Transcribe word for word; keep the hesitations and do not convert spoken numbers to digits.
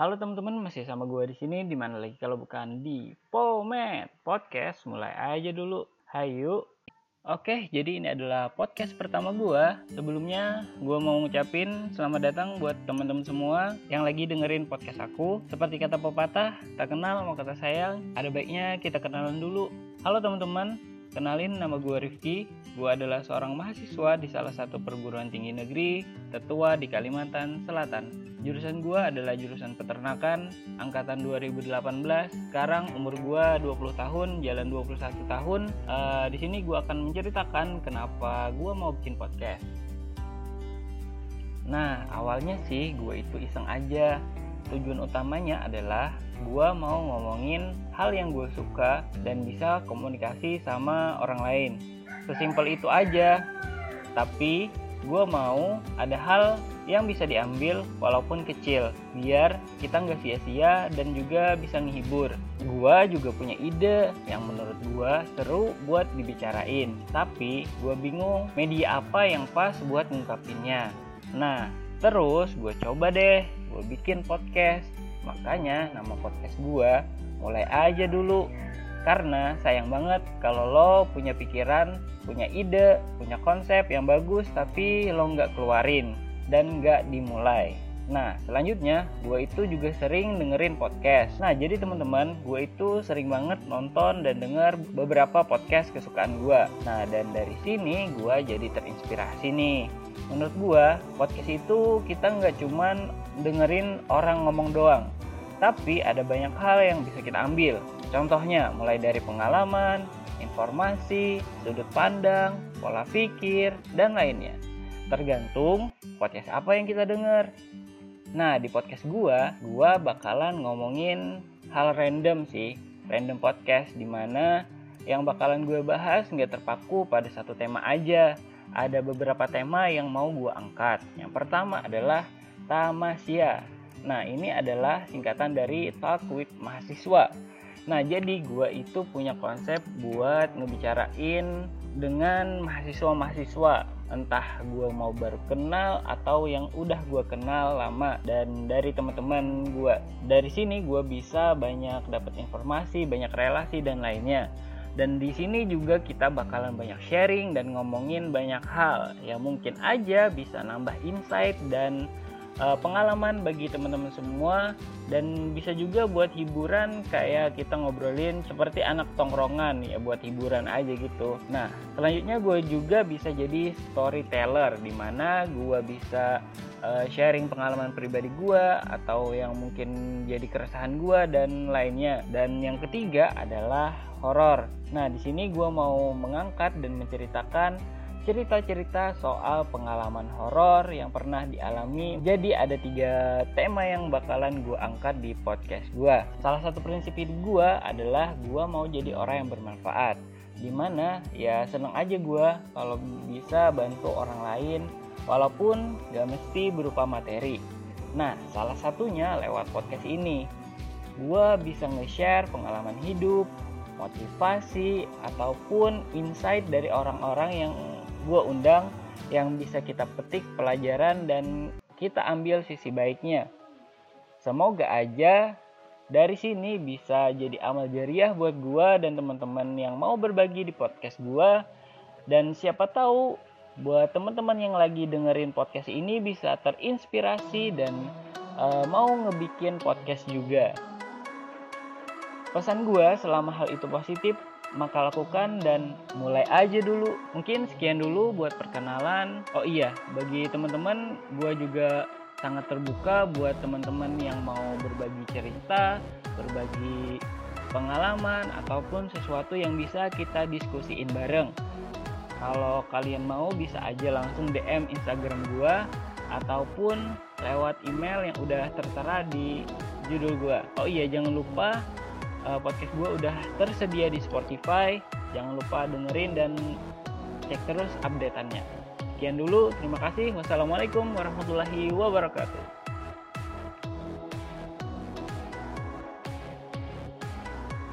Halo teman-teman, masih sama gue di sini. Di mana lagi kalau bukan di Pomed Podcast. Mulai aja dulu. Hayu. Oke, jadi ini adalah podcast pertama gue. Sebelumnya gue mau ngucapin selamat datang buat teman-teman semua yang lagi dengerin podcast aku. Seperti kata pepatah, tak kenal mau kata sayang. Ada baiknya kita kenalan dulu. Halo teman-teman, kenalin nama gue Rifki. Gue adalah seorang mahasiswa di salah satu perguruan tinggi negeri tertua di Kalimantan Selatan. Jurusan gue adalah jurusan peternakan, angkatan dua ribu delapan belas. Sekarang umur gue dua puluh tahun, jalan dua puluh satu tahun. Uh, di sini gue akan menceritakan kenapa gue mau bikin podcast. Nah, awalnya sih gue itu iseng aja. Tujuan utamanya adalah gue mau ngomongin hal yang gue suka dan bisa komunikasi sama orang lain. Sesimpel itu aja. Tapi gue mau ada hal yang bisa diambil walaupun kecil, biar kita nggak sia-sia dan juga bisa menghibur. Gue juga punya ide yang menurut gue seru buat dibicarain, tapi gue bingung media apa yang pas buat ngungkapinnya. Nah, terus gue coba deh, gue bikin podcast. Makanya nama podcast gue mulai aja dulu. Karena sayang banget kalau lo punya pikiran, punya ide, punya konsep yang bagus tapi lo nggak keluarin dan nggak dimulai. Nah, selanjutnya gue itu juga sering dengerin podcast. Nah, jadi teman-teman, gue itu sering banget nonton dan denger beberapa podcast kesukaan gue. Nah, dan dari sini gue jadi terinspirasi nih. Menurut gue, podcast itu kita nggak cuman dengerin orang ngomong doang, tapi ada banyak hal yang bisa kita ambil. Contohnya mulai dari pengalaman, informasi, sudut pandang, pola pikir, dan lainnya. Tergantung podcast apa yang kita dengar. Nah, di podcast gua, gua bakalan ngomongin hal random sih, random podcast di mana yang bakalan gua bahas nggak terpaku pada satu tema aja. Ada beberapa tema yang mau gua angkat. Yang pertama adalah Tamasya. Nah, ini adalah singkatan dari Talk with Mahasiswa. Nah, jadi gue itu punya konsep buat ngebicarain dengan mahasiswa-mahasiswa. Entah gue mau baru kenal atau yang udah gue kenal lama. Dan dari teman-teman gue. Dari sini gue bisa banyak dapat informasi, banyak relasi dan lainnya. Dan di sini juga kita bakalan banyak sharing dan ngomongin banyak hal yang mungkin aja bisa nambah insight dan Uh, pengalaman bagi teman-teman semua, dan bisa juga buat hiburan kayak kita ngobrolin seperti anak tongkrongan ya, buat hiburan aja gitu. Nah, selanjutnya gue juga bisa jadi storyteller, dimana gue bisa uh, sharing pengalaman pribadi gue atau yang mungkin jadi keresahan gue dan lainnya. Dan yang ketiga adalah horor. Nah, di sini gue mau mengangkat dan menceritakan cerita-cerita soal pengalaman horor yang pernah dialami. Jadi ada tiga tema yang bakalan gue angkat di podcast gue. Salah satu prinsip hidup gue adalah gue mau jadi orang yang bermanfaat. Dimana ya seneng aja gue kalau bisa bantu orang lain, walaupun gak mesti berupa materi. Nah, salah satunya lewat podcast ini. Gue bisa nge-share pengalaman hidup, motivasi, ataupun insight dari orang-orang yang gue undang, yang bisa kita petik pelajaran dan kita ambil sisi baiknya. Semoga aja dari sini bisa jadi amal jariah buat gue dan teman-teman yang mau berbagi di podcast gue. Dan siapa tahu buat teman-teman yang lagi dengerin podcast ini bisa terinspirasi dan uh, mau ngebikin podcast juga. Pesan gue, selama hal itu positif, maka lakukan dan mulai aja dulu. Mungkin sekian dulu buat perkenalan. Oh iya, bagi teman-teman, gue juga sangat terbuka buat teman-teman yang mau berbagi cerita, berbagi pengalaman, ataupun sesuatu yang bisa kita diskusiin bareng. Kalau kalian mau, bisa aja langsung D M Instagram gue, ataupun lewat email yang udah tertera di judul gue. Oh iya, jangan lupa Uh, podcast gue udah tersedia di Spotify. Jangan lupa dengerin dan cek terus update-annya. Sekian dulu, terima kasih. Wassalamualaikum warahmatullahi wabarakatuh.